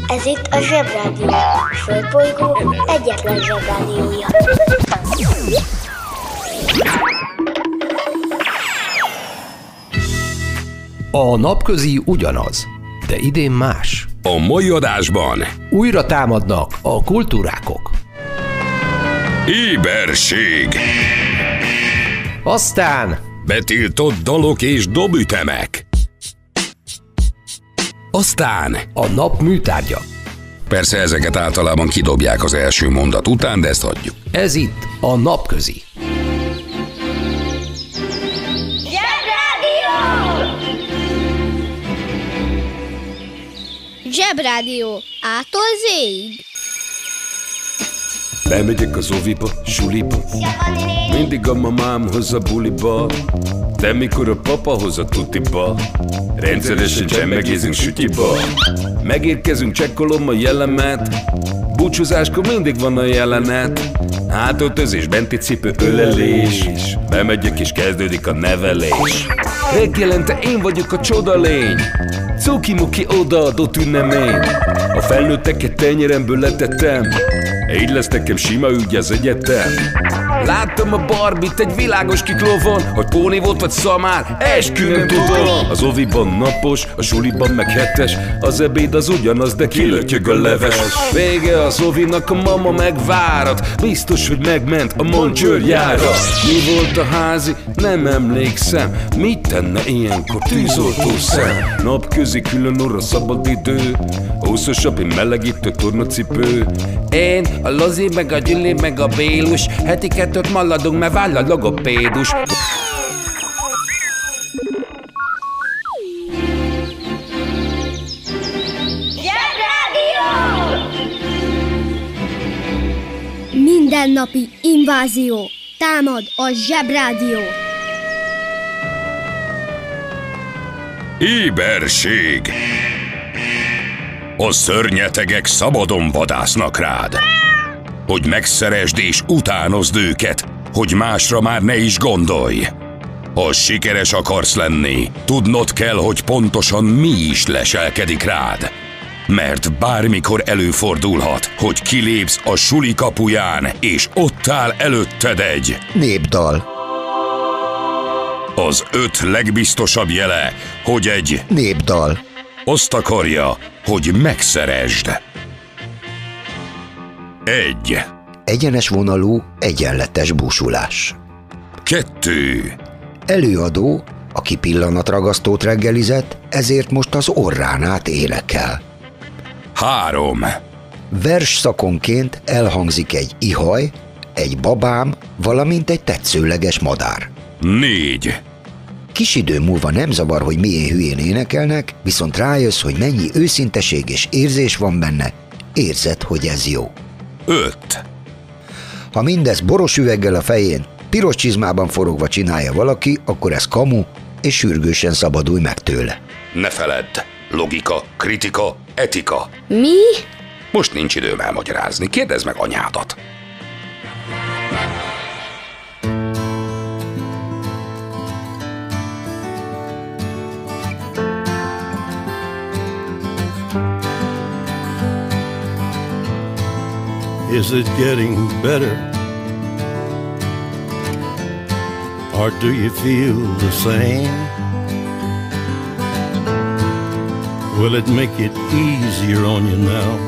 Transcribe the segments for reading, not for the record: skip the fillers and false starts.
Ez itt a Zsebrádió, a Földbolygó egyetlen Zsebrádiója. A napközi ugyanaz, de idén más. A mai adásban Újra támadnak a kultúrákok. Éberség. Aztán Betiltott dalok és dobütemek. Aztán a nap műtárgya. persze ezeket általában kidobják az első mondat után, de ezt hagyjuk. Ez itt a napközi. Zsebrádió A-tól Z-ig. Bemegyek az oviba, suliba, mindig a mamám hoz a buliba, de mikor a papa hoz a tutiba, rendszeresen csemmegézünk sütyiba. Megérkezünk, csekkolom a jellemet, búcsúzáskor mindig van a jelenet. Hátöltözés, benti cipő, ölelés, bemegyek és kezdődik a nevelés. Reggelente én vagyok a csodalény, cuki-muki odaadott ünnemény. A felnőtteket tenyeremből letettem, így lesz nekem sima ügy az egyetem. Láttam a Barbit egy világos kiklovon, hogy póni volt vagy szamár, eskü nem tudom. Az oviban napos, a suliban meg hetes, az ebéd az ugyanaz, de kilötyög a leves. Vége az ovinak, a mama megvárat, biztos, hogy megment a Moncsőrjára. Mi volt a házi? Nem emlékszem, mit tenne ilyenkor tűzoltó szem? Napközi külön orra szabadidő, úszós api melegítő tornacipő. Én, a Lozi, meg a Gyüli, meg a Bélus, heti kettőt maladunk, mert váll a logopédus. Mindennapi invázió. Támad a Zsebrádió. Éberség. A szörnyetegek szabadon vadásznak rád, hogy megszeresd és utánozd őket, hogy másra már ne is gondolj. Ha sikeres akarsz lenni, tudnod kell, hogy pontosan mi is leselkedik rád. Mert bármikor előfordulhat, hogy kilépsz a suli kapuján, és ott áll előtted egy népdal. Az 5 legbiztosabb jele, hogy egy Népdal. azt akarja, hogy megszeresd. 1. Egyenes vonalú, egyenletes búsulás. 2. Előadó, aki pillanatragasztót reggelizett, ezért most az orrán át énekel. 3. Versszakonként elhangzik egy ihaj, egy babám, valamint egy tetszőleges madár. 4. Kis idő múlva nem zavar, hogy milyen hülyén énekelnek, viszont rájössz, hogy mennyi őszinteség és érzés van benne, érzed, hogy ez jó. 5. Ha mindez boros üveggel a fején, piros csizmában forogva csinálja valaki, akkor ez kamu, és sürgősen szabadulj meg tőle. Ne feledd, logika, kritika, etika. Mi? Most nincs időm elmagyarázni, kérdezd meg anyádat. Is it getting better? Or do you feel the same? Will it make it easier on you now?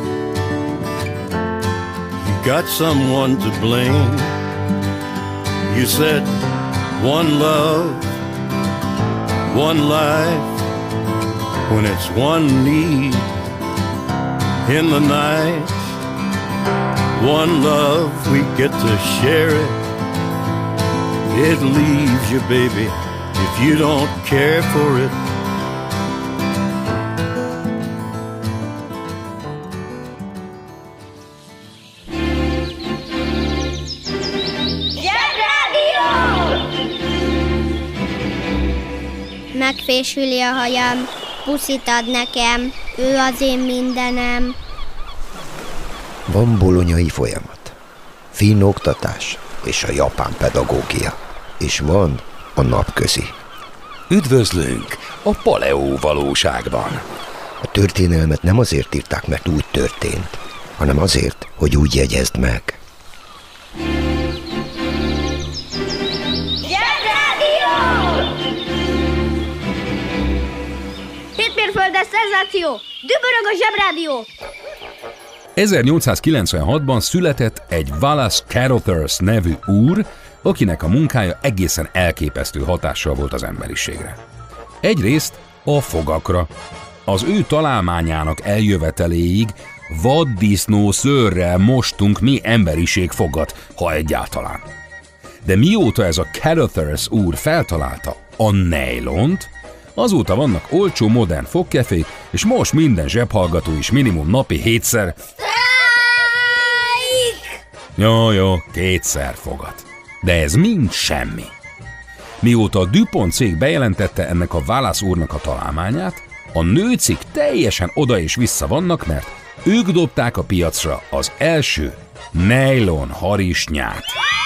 You got someone to blame. You said one love, one life, when it's one need in the night. One love, we get to share it. It leaves you, baby, if you don't care for it. Megfésüli a hajam, puszit ad nekem, ő az én mindenem. Van bolonyai folyamat, finn oktatás és a japán pedagógia, és van a napközi. Üdvözlünk a paleó valóságban. A történelmet nem azért írták, mert úgy történt, hanem azért, hogy úgy jegyezd meg. Zsebrádió! Hétmérföldes szenzáció! Dübörög a Zsebrádió! 1896-ban született egy Wallace Carothers nevű úr, akinek a munkája egészen elképesztő hatással volt az emberiségre. Egyrészt a fogakra. Az ő találmányának eljöveteléig vaddisznó szőrrel mostunk mi emberiség fogat, ha egyáltalán. De mióta ez a Carothers úr feltalálta a nejlont, azóta vannak olcsó modern fogkefék, és most minden zsebhallgató is minimum napi 7-szer... Jó, 2-szer fogat. De ez mind semmi. Mióta a DuPont cég bejelentette ennek a Wallace úrnak a találmányát, a nőcik teljesen oda és vissza vannak, mert ők dobták a piacra az első nejlon harisnyát.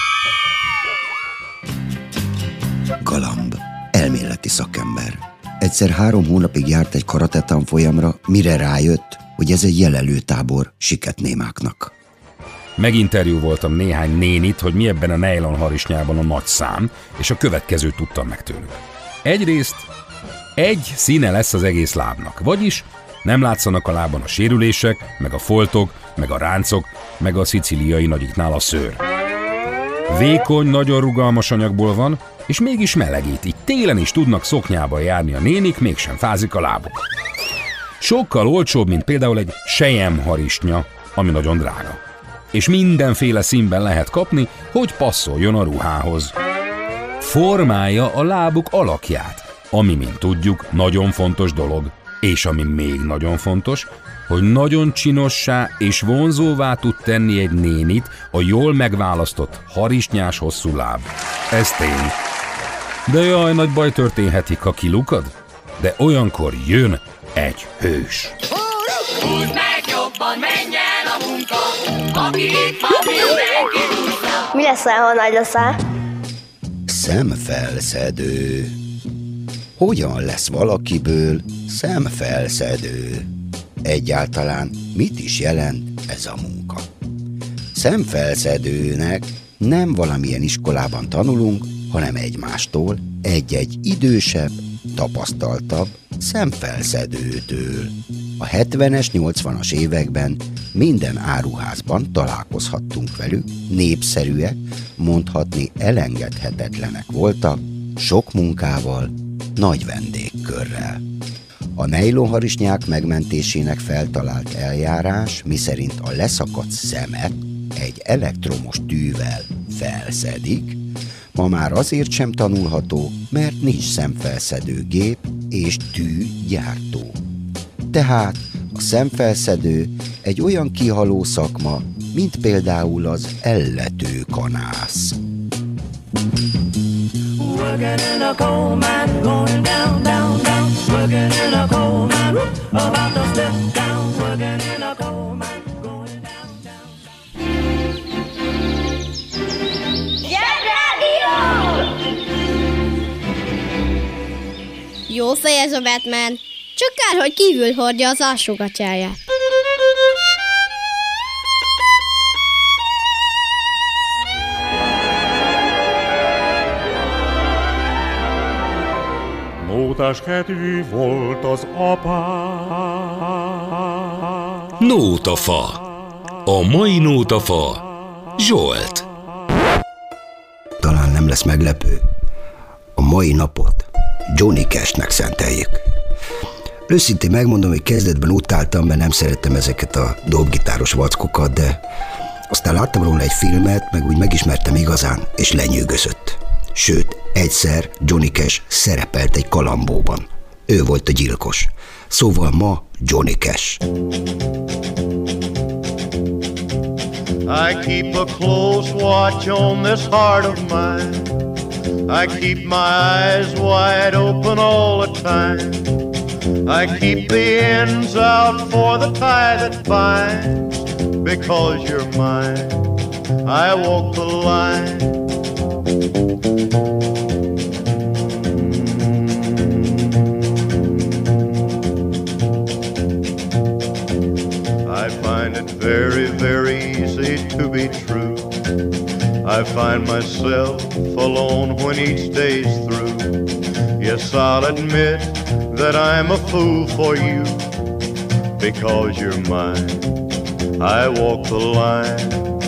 Galamb, elméleti szakember. Egyszer 3 hónapig járt egy karate tanfolyamra, mire rájött, hogy ez egy jelelőtábor siketnémáknak. Meginterjú voltam néhány nénit, hogy mi ebben a nejlon harisnyában a nagy szám, és a következőt tudtam meg tőlük. Egyrészt egy színe lesz az egész lábnak, vagyis nem látszanak a lábon a sérülések, meg a foltok, meg a ráncok, meg a szicíliai nagyiknál a szőr. Vékony, nagyon rugalmas anyagból van, és mégis melegít, így télen is tudnak szoknyába járni a nénik, mégsem fázik a lábuk. Sokkal olcsóbb, mint például egy selyemharisnya, ami nagyon drága. És mindenféle színben lehet kapni, hogy passzoljon a ruhához. Formálja a lábuk alakját, ami, mint tudjuk, nagyon fontos dolog. És ami még nagyon fontos, hogy nagyon csinossá és vonzóvá tud tenni egy nénit a jól megválasztott harisnyás hosszú láb. Ez tény. De jaj, nagy baj történhetik, ha kilukad. De olyankor jön egy hős. Húzd meg jobban, menjen a munka, aki itt van, mindenki húzza. Mi leszel, ha nagy leszel? Szemfelszedő. Hogyan lesz valakiből szemfelszedő? Egyáltalán mit is jelent ez a munka? Szemfelszedőnek nem valamilyen iskolában tanulunk, hanem egymástól, egy-egy idősebb, tapasztaltabb szemfelszedőtől. A 70-es, 80-as években minden áruházban találkozhattunk velük, népszerűek, mondhatni elengedhetetlenek voltak, sok munkával, nagy vendégkörrel. A nejlonharisnyák megmentésének feltalált eljárás, miszerint a leszakadt szemet egy elektromos tűvel felszedik, ma már azért sem tanulható, mert nincs szemfelszedő gép és tűgyártó. Tehát a szemfelszedő egy olyan kihaló szakma, mint például az elletőkanász. Working in a coal mine, going down, down, down. Working in a coal mine, about to step down. Working in a coal mine, going down, down. Zsebrádió! Jó fej ez a Batman, csak kár, hogy kívül hordja az alsógatyáját. Nótáskedvű volt az apám. Nótafa. A mai nótafa Zsolt. Talán nem lesz meglepő. A mai napot Johnny Cashnek szenteljük. Őszintén megmondom, hogy kezdetben utáltam, mert nem szerettem ezeket a dobgitáros vackokat, de aztán láttam róla egy filmet, meg úgy megismertem igazán, és lenyűgözött. Sőt, egyszer Johnny Cash szerepelt egy kalambóban. Ő volt a gyilkos. Szóval ma Johnny Cash. I keep a close watch on this heart of mine. I keep my eyes wide open all the time. I keep the ends out for the tie that binds. Because you're mine, I walk the line. and very, very easy to be true. I find myself alone when each day's through. Yes, I'll admit that I'm a fool for you, because you're mine. I walk the line.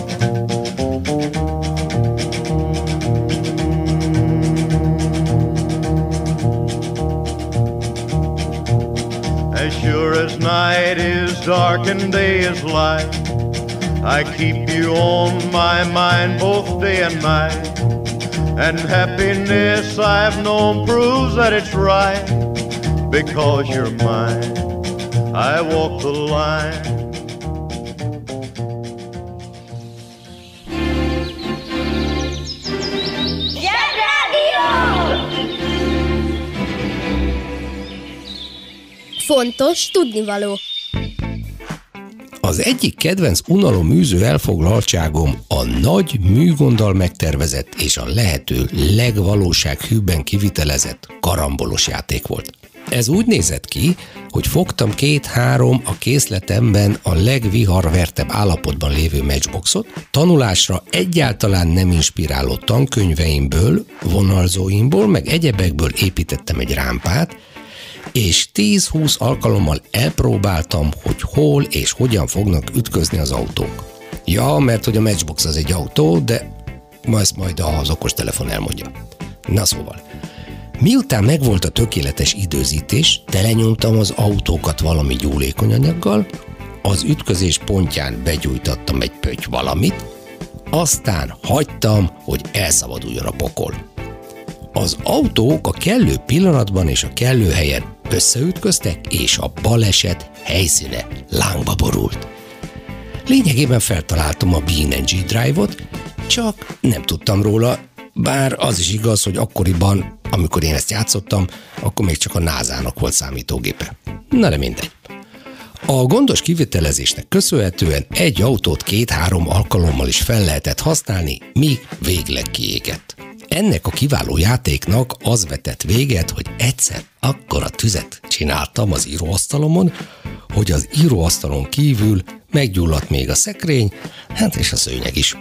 As sure as night is dark and day is light, I keep you on my mind both day and night. And happiness I've known proves that it's right, because you're mine. I walk the line. Fontos tudnivaló. Az egyik kedvenc unaloműző elfoglaltságom a nagy, műgonddal megtervezett és a lehető legvalósághűbben kivitelezett karambolos játék volt. Ez úgy nézett ki, hogy fogtam 2-3 a készletemben a legviharvertebb állapotban lévő matchboxot, tanulásra egyáltalán nem inspiráló tankönyveimből, vonalzóimból, meg egyebekből építettem egy rámpát, és 10-20 alkalommal elpróbáltam, hogy hol és hogyan fognak ütközni az autók. Ja, mert hogy a Matchbox az egy autó, de ezt majd az okostelefon elmondja. Na szóval, miután megvolt a tökéletes időzítés, telenyomtam az autókat valami gyúlékony anyaggal, az ütközés pontján begyújtattam egy pötty valamit, aztán hagytam, hogy elszabaduljon a pokol. Az autók a kellő pillanatban és a kellő helyen összeütköztek, és a baleset helyszíne lángba borult. Lényegében feltaláltam a BeamNG Drive-ot, csak nem tudtam róla, bár az is igaz, hogy akkoriban, amikor én ezt játszottam, akkor még csak a NASA-nak volt számítógépe. Na de mindegy. A gondos kivitelezésnek köszönhetően egy autót 2-3 alkalommal is fel lehetett használni, míg végleg kiégett. Ennek a kiváló játéknak az vetett véget, hogy egyszer akkora tüzet csináltam az íróasztalomon, hogy az íróasztalon kívül meggyulladt még a szekrény, hát és a szőnyeg is.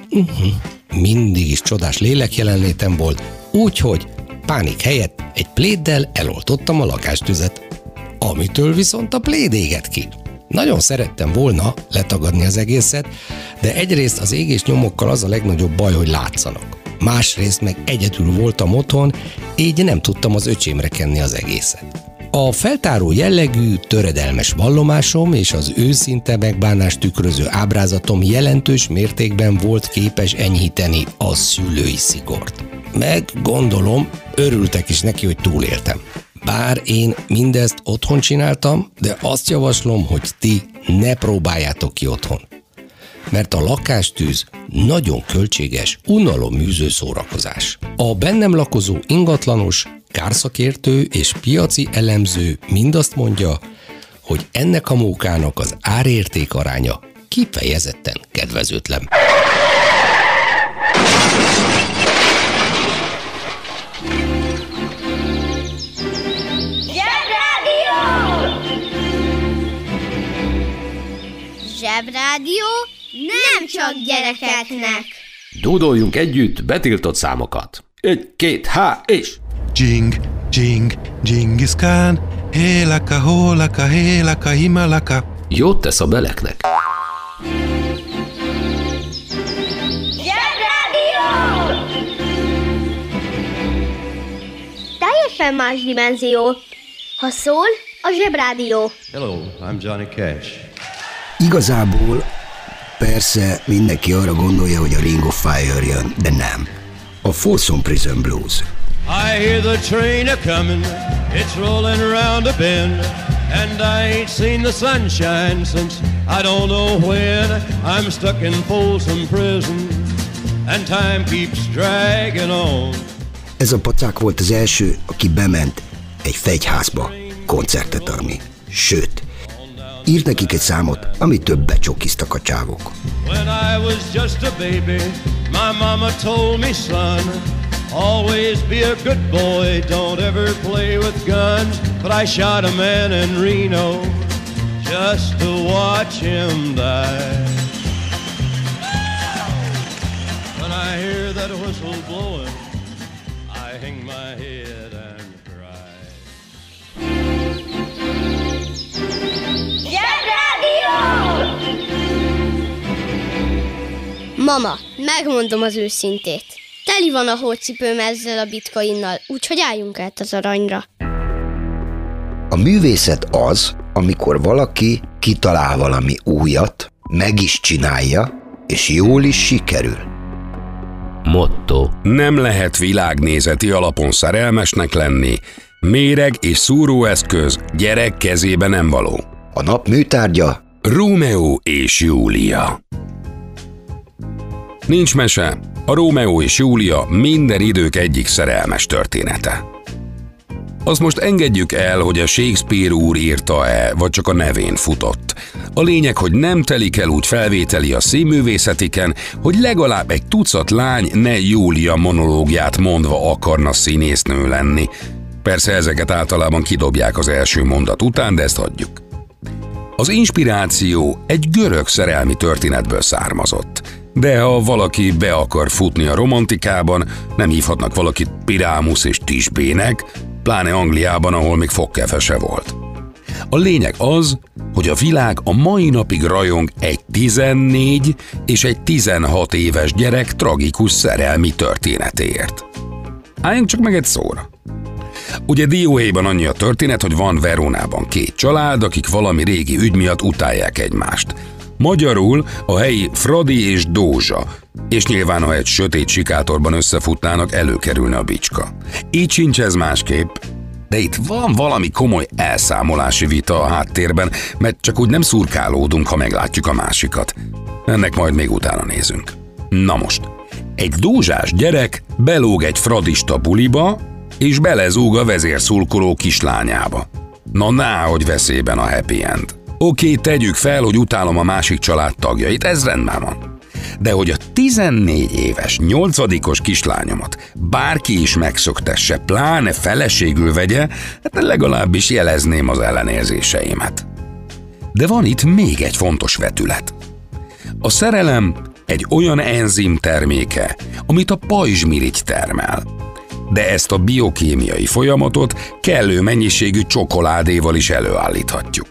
Mindig is csodás lélekjelenlétem volt, úgyhogy pánik helyett egy pléddel eloltottam a lakástüzet, amitől viszont a pléd égett ki. Nagyon szerettem volna letagadni az egészet, de egyrészt az égésnyomokkal az a legnagyobb baj, hogy látszanak. Másrészt meg egyedül voltam otthon, így nem tudtam az öcsémre kenni az egészet. A feltáró jellegű, töredelmes vallomásom és az őszinte megbánást tükröző ábrázatom jelentős mértékben volt képes enyhíteni a szülői szigort. Meg gondolom, örültek is neki, hogy túléltem. Bár én mindezt otthon csináltam, de azt javaslom, hogy ti ne próbáljátok ki otthon. Mert a lakástűz nagyon költséges, unalomműző szórakozás. A bennem lakozó ingatlanos, kárszakértő és piaci elemző mind azt mondja, hogy ennek a mókának az árérték aránya kifejezetten kedvezőtlen. Zsebrádió nem csak gyerekeknek. Dúdoljunk együtt betiltott számokat. 1, 2, és... Jing, jing, Genghis Khan, hélaka, hólaka, hélaka, himalaka. Jót tesz a beleknek. Zsebrádió! Teljesen más dimenzió. Ha szól, a Zsebrádió. Hello, I'm Johnny Cash. Igazából persze mindenki arra gondolja, hogy a Ring of Fire jön, de nem. A Folsom Prison Blues. I hear the train a-comin', it's rolling around a bend, and I ain't seen the sunshine since I don't know when. I'm stuck in Folsom Prison, and time keeps dragging on. Ez a pacák volt az első, aki bement egy fegyházba koncertet adni. Sőt, írt nekik egy számot, amit többet csokiztak a csávok. When I was just a baby, my mama told me, son, always be a good boy, don't ever play with guns. But I shot a man in Reno just to watch him die. When I hear that whistle blowing, I hang my head and cry. Mama, megmondom az őszintét. Teli van a hócipőm ezzel a bitcoinnal, úgyhogy álljunk át az aranyra. A művészet az, amikor valaki kitalál valami újat, meg is csinálja, és jól is sikerül. Motto. Nem lehet világnézeti alapon szerelmesnek lenni. Méreg és szúróeszköz gyerek kezébe nem való. A nap műtárgya Rómeó és Júlia. Nincs mese. A Rómeó és Júlia minden idők egyik szerelmes története. Azt most engedjük el, hogy a Shakespeare úr írta-e, vagy csak a nevén futott. A lényeg, hogy nem telik el úgy felvételi a színművészetiken, hogy legalább egy tucat lány ne Júlia monológiát mondva akarna színésznő lenni. Persze ezeket általában kidobják az első mondat után, de ezt hagyjuk. Az inspiráció egy görög szerelmi történetből származott. De ha valaki be akar futni a romantikában, nem hívhatnak valakit Pirámus és Tisbének, pláne Angliában, ahol még fogkefe se volt. A lényeg az, hogy a világ a mai napig rajong egy 14 és egy 16 éves gyerek tragikus szerelmi történetéért. Álljunk csak meg egy szóra. Ugye dióhéjban annyi a történet, hogy van Verónában két család, akik valami régi ügy miatt utálják egymást. Magyarul a helyi Fradi és Dózsa, és nyilván ha egy sötét sikátorban összefutnának, előkerülne a bicska. Így sincs ez másképp, de itt van valami komoly elszámolási vita a háttérben, mert csak úgy nem szurkálódunk, ha meglátjuk a másikat. Ennek majd még utána nézünk. Na most, egy dózsás gyerek belóg egy fradista buliba, és belezúg a vezérszurkoló kislányába. Na náhogy veszélyben a happy end. Oké, tegyük fel, hogy utálom a másik család tagjait, ez rendben van. De hogy a 14 éves, 8-os kislányomat bárki is megszöktesse, pláne feleségül vegye, hát legalábbis jelezném az ellenérzéseimet. De van itt még egy fontos vetület. A szerelem egy olyan enzim terméke, amit a pajzsmirigy termel. De ezt a biokémiai folyamatot kellő mennyiségű csokoládéval is előállíthatjuk.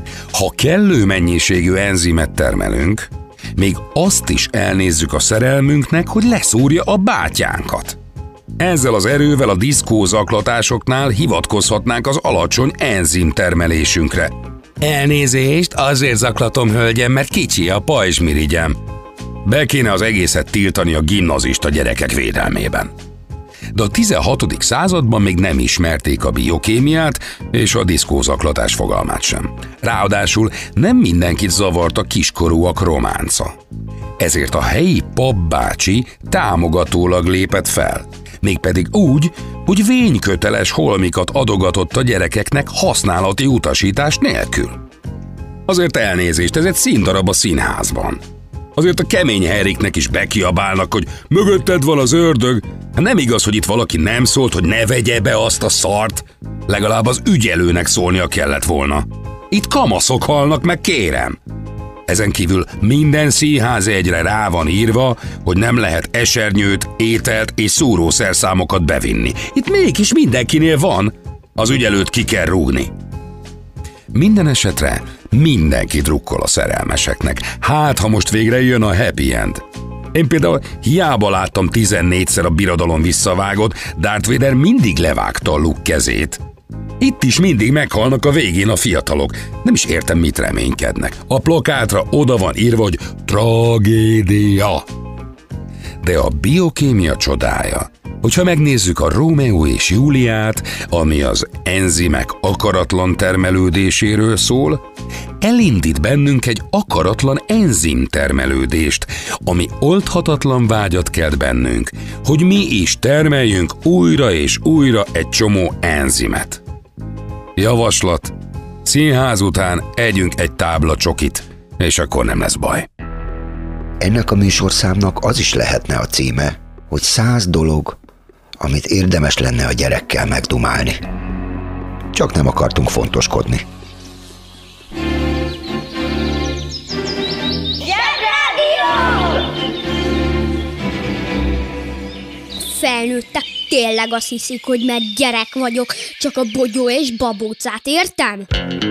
Ha kellő mennyiségű enzimet termelünk, még azt is elnézzük a szerelmünknek, hogy leszúrja a bátyánkat. Ezzel az erővel a diszkózaklatásoknál hivatkozhatnánk az alacsony enzimtermelésünkre. Elnézést, azért zaklatom, hölgyem, mert kicsi a pajzsmirigyem. Be kéne az egészet tiltani a gimnazista gyerekek védelmében. De a 16. században még nem ismerték a biokémiát és a diszkózaklatás fogalmát sem. Ráadásul nem mindenkit zavart a kiskorúak románca. Ezért a helyi papbácsi támogatólag lépett fel. Mégpedig úgy, hogy vényköteles holmikat adogatott a gyerekeknek használati utasítás nélkül. Azért elnézést, ez egy színdarab a színházban. Azért a kemény Henriknek is bekiabálnak, hogy mögötted van az ördög. Nem igaz, hogy itt valaki nem szólt, hogy ne vegye be azt a szart. Legalább az ügyelőnek szólnia kellett volna. Itt kamaszok halnak meg, kérem. Ezen kívül minden színházjegyre rá van írva, hogy nem lehet esernyőt, ételt és szúrószerszámokat bevinni. Itt mégis mindenkinél van. Az ügyelőt ki kell rúgni. Minden esetre mindenki drukkol a szerelmeseknek. Hát, ha most végre jön a happy end. Én például hiába láttam 14-szer a Birodalom visszavágott, Darth Vader mindig levágta a Luke kezét. Itt is mindig meghalnak a végén a fiatalok. Nem is értem, mit reménykednek. A plakátra oda van írva, hogy tragédia. De a biokémia csodája, hogyha megnézzük a Rómeó és Júliát, ami az enzimek akaratlan termelődéséről szól, elindít bennünk egy akaratlan enzim termelődést, ami oldhatatlan vágyat kelt bennünk, hogy mi is termeljünk újra és újra egy csomó enzimet. Javaslat: színház után együnk egy tábla csokit, és akkor nem lesz baj. Ennek a műsorszámnak az is lehetne a címe, hogy 100 dolog, amit érdemes lenne a gyerekkel megdumálni. Csak nem akartunk fontoskodni. felnőttek tényleg azt hiszik, hogy mert gyerek vagyok, csak a bogyó és babócát értem?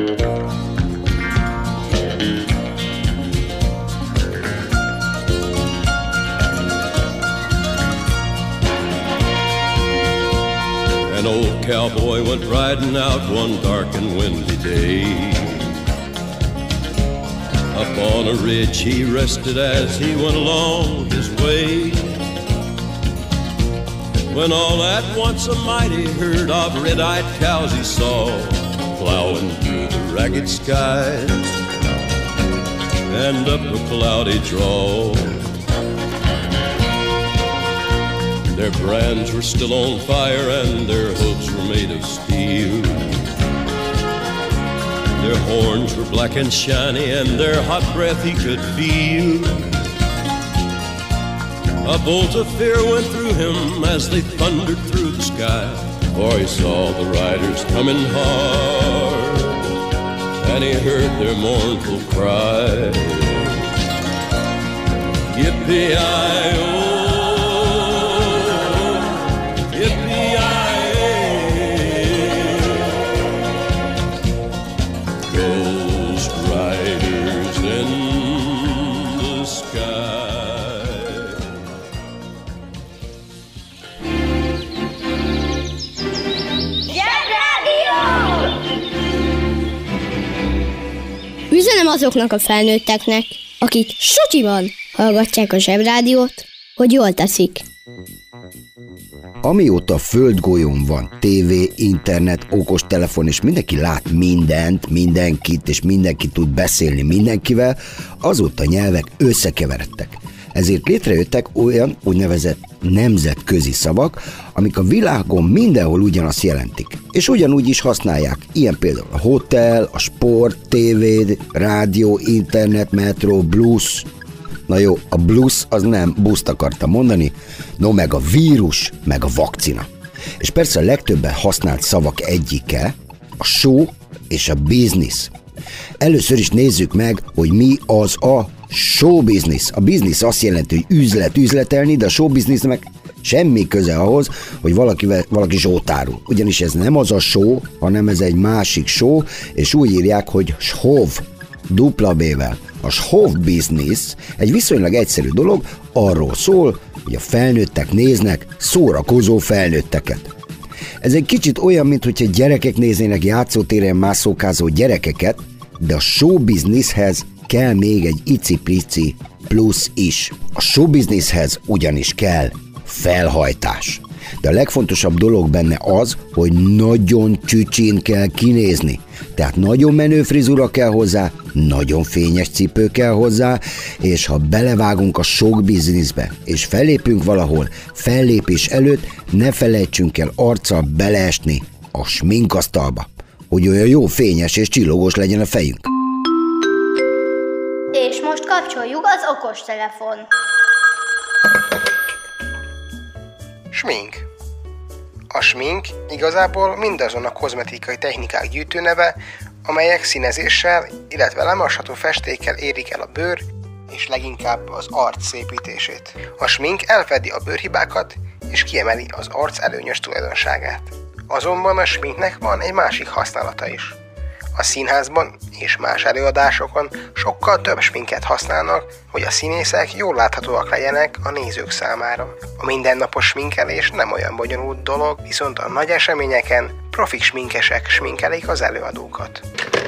An old cowboy went riding out one dark and windy day. Up on a ridge he rested as he went along his way. When all at once a mighty herd of red-eyed cows he saw plowing through the ragged skies and up a cloudy draw. Their brands were still on fire and their hooves were made of steel. Their horns were black and shiny and their hot breath he could feel. A bolt of fear went through him as they thundered through the sky, for he saw the riders coming hard and he heard their mournful cry. Yippee-i-oh, Üzenem azoknak a felnőtteknek, akik sutyiban hallgatják a Zsebrádiót, hogy jól teszik. Amióta a földgolyón van tévé, internet, okostelefon, és mindenki lát mindent, mindenkit, és mindenki tud beszélni mindenkivel, azóta nyelvek összekeveredtek. Ezért létrejöttek olyan úgynevezett nemzetközi szavak, amik a világon mindenhol ugyanazt jelentik, és ugyanúgy is használják. Ilyen például a hotel, a sport, tévé, rádió, internet, metro, blues. Na jó, a blues az nem buszt akartam mondani, no meg a vírus, meg a vakcina. És persze a legtöbben használt szavak egyike a show és a business. Először is nézzük meg, hogy mi az a show business. A business azt jelenti, hogy üzletelni, de a show businessnek semmi köze ahhoz, hogy valaki show-t árul. Ugyanis ez nem az a show, hanem ez egy másik show, és úgy írják, hogy show, dupla B-vel. A show business egy viszonylag egyszerű dolog, arról szól, hogy a felnőttek néznek szórakozó felnőtteket. Ez egy kicsit olyan, mintha gyerekek néznének játszótéren mászókázó gyerekeket, de a show businesshez kell még egy icipici plusz is. A show businesshez ugyanis kell felhajtás. De a legfontosabb dolog benne az, hogy nagyon csücsin kell kinézni. Tehát nagyon menő frizura kell hozzá, nagyon fényes cipő kell hozzá, és ha belevágunk a show businessbe, és fellépünk valahol, fellépés előtt ne felejtsünk el arccal beleesni a sminkasztalba, hogy olyan jó fényes és csillogós legyen a fejünk. És most kapcsoljuk az okostelefon. Smink. A smink igazából mindazon a kozmetikai technikák gyűjtőneve, amelyek színezéssel, illetve lemasható festékkel érik el a bőr, és leginkább az arc szépítését. A smink elfedi a bőrhibákat, és kiemeli az arc előnyös tulajdonságát. Azonban a sminknek van egy másik használata is. A színházban és más előadásokon sokkal több sminket használnak, hogy a színészek jól láthatóak legyenek a nézők számára. A mindennapos sminkelés nem olyan bonyolult dolog, viszont a nagy eseményeken profik sminkesek sminkelik az előadókat.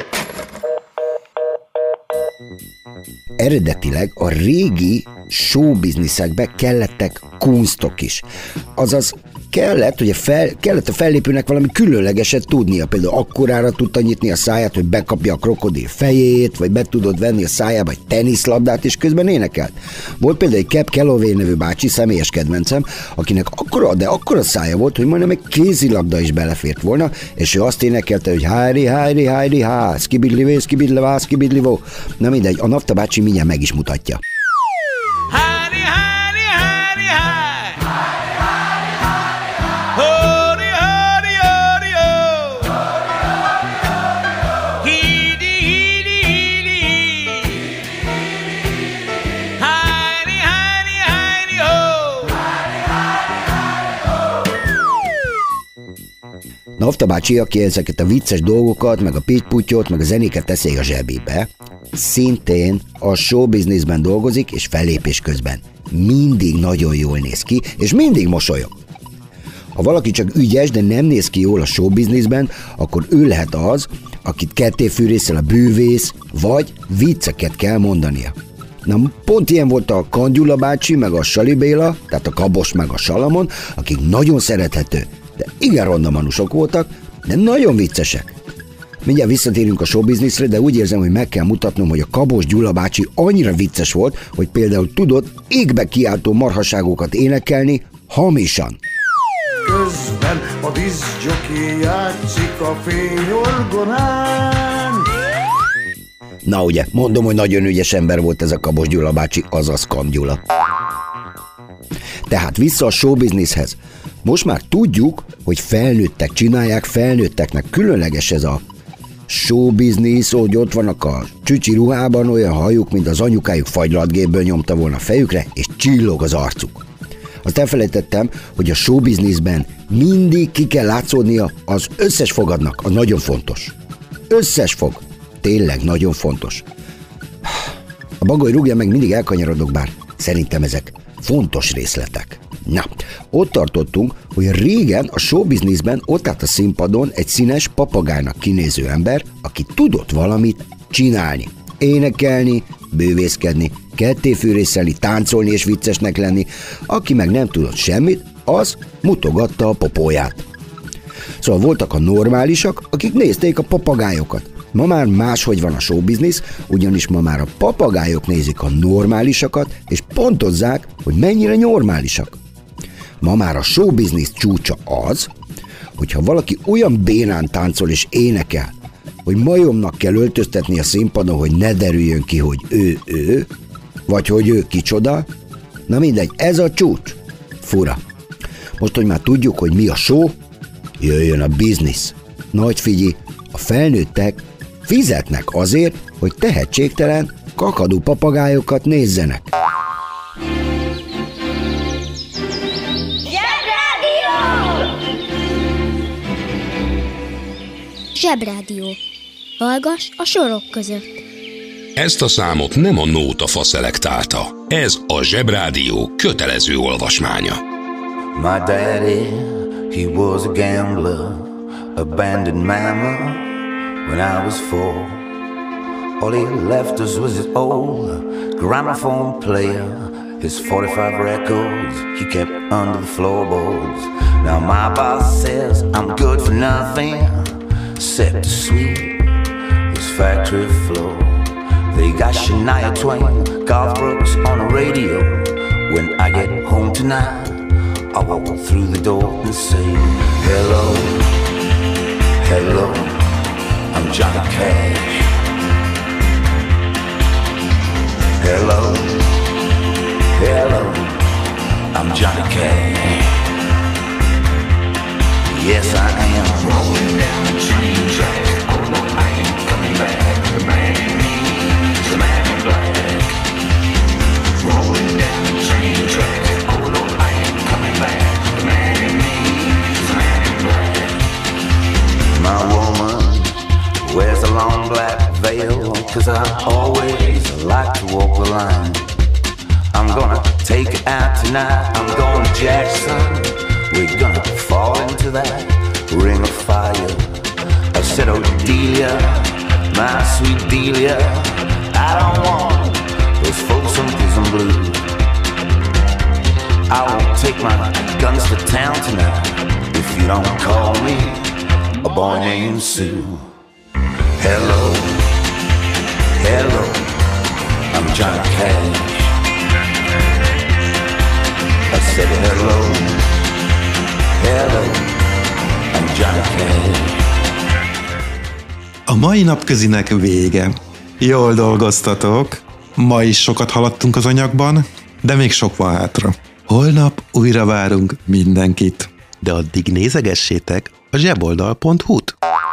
Eredetileg a régi showbizniszekbe kellettek kunstok is. Azaz kellett a fellépőnek valami különlegeset tudnia. Például akkorára tudta nyitni a száját, hogy bekapja a krokodil fejét, vagy be tudod venni a szájába egy teniszlabdát, és közben énekelt. Volt például egy Cap Calloway nevű bácsi, személyes kedvencem, akinek akkora szája volt, hogy majdnem egy kézilabda is belefért volna, és ő azt énekelte, hogy hári, hári, hári, há, skibidlivé, skibidlevá, skibidlivó. Na mindegy, a Nafta bácsi mindjárt meg is mutatja. Hafta bácsi, aki ezeket a vicces dolgokat, meg a pittyputyot, meg a zenéket teszi a zsebébe, szintén a showbizniszben dolgozik, és fellépés közben mindig nagyon jól néz ki, és mindig mosolyog. Ha valaki csak ügyes, de nem néz ki jól a showbizniszben, akkor ő lehet az, akit kettéfűrészel a bűvész, vagy vicceket kell mondania. Na, pont ilyen volt a Kangyula bácsi, meg a Sali Béla, tehát a Kabos meg a Salamon, akik nagyon szerethető, de igen ronda manusok voltak, de nagyon viccesek. Mindjárt visszatérünk a showbizniszre, de úgy érzem, hogy meg kell mutatnom, hogy a Kabos Gyula bácsi annyira vicces volt, hogy például tudott égbe kiáltó marhaságokat énekelni hamisan. Közben a diszjockey játszik a fényorgonán. Na ugye, mondom, hogy nagyon ügyes ember volt ez a Kabos Gyula bácsi, azaz Kam Gyula. Tehát vissza a showbizniszhez. Most már tudjuk, hogy felnőttek csinálják, felnőtteknek különleges ez a showbiznisz, hogy ott vannak a csücsi ruhában olyan hajuk, mint az anyukájuk fagylatgépből nyomta volna a fejükre, és csillog az arcuk. Azt elfelejtettem, hogy a showbizniszben mindig ki kell látszódnia az összes fogadnak, az nagyon fontos. Összes fog. Tényleg nagyon fontos. A Bagoly rúgja meg, mindig elkanyarodok, bár szerintem ezek fontos részletek. Na, ott tartottunk, hogy régen a showbizniszben ott állt a színpadon egy színes papagájnak kinéző ember, aki tudott valamit csinálni. Énekelni, bővészkedni, kettéfűrészelni, táncolni és viccesnek lenni. Aki meg nem tudott semmit, az mutogatta a popóját. Szóval voltak a normálisak, akik nézték a papagájokat. Ma már máshogy van a showbiznisz, ugyanis ma már a papagájok nézik a normálisakat, és pontozzák, hogy mennyire normálisak. Ma már a showbiznisz csúcsa az, hogyha valaki olyan bénán táncol és énekel, hogy majomnak kell öltöztetni a színpadon, hogy ne derüljön ki, hogy ő, vagy hogy ő kicsoda. Na mindegy, ez a csúcs. Fura. Most, hogy már tudjuk, hogy mi a show, jöjjön a biznisz. Nagy figyelj, a felnőttek fizetnek azért, hogy tehetségtelen, kakadú papagájokat nézzenek. Zsebrádió. Hallgass a sorok között. Ezt a számot nem a nótafa szelektálta. Ez a Zsebrádió kötelező olvasmánya. My daddy, he was a gambler, abandoned mama when I was 4. All he left us was his old gramophone player, his 45 records he kept under the floorboards. Now my boss says I'm good for nothing except to sweep his factory floor. They got Shania Twain, Garth Brooks on the radio. When I get home tonight, I walk through the door and say, hello, hello, I'm Johnny Cash. Hello, hello, I'm Johnny Cash. Yes, I am. Rolling down the train tracks. Oh no, I ain't coming back. The man in me is the man in black. Rolling down the train tracks. Oh no, I ain't coming back. The man in me is the man in black. My woman wears a long black veil, 'cause I always like to walk the line. I'm gonna take it out tonight. I'm going to Jackson. We're gonna fall into that ring of fire. I said, oh Delia, my sweet Delia, I don't want those folks on prison blue. I won't take my guns to town tonight if you don't call me a boy named Sue. Hello, hello, I'm Johnny Cash. I said hello, hello, I'm Johnny Cash. A mai napközinek vége. Jól dolgoztatok. Ma is sokat haladtunk az anyagban, de még sok van hátra. Holnap újra várunk mindenkit. De addig nézegessétek a zseboldal.hu-t.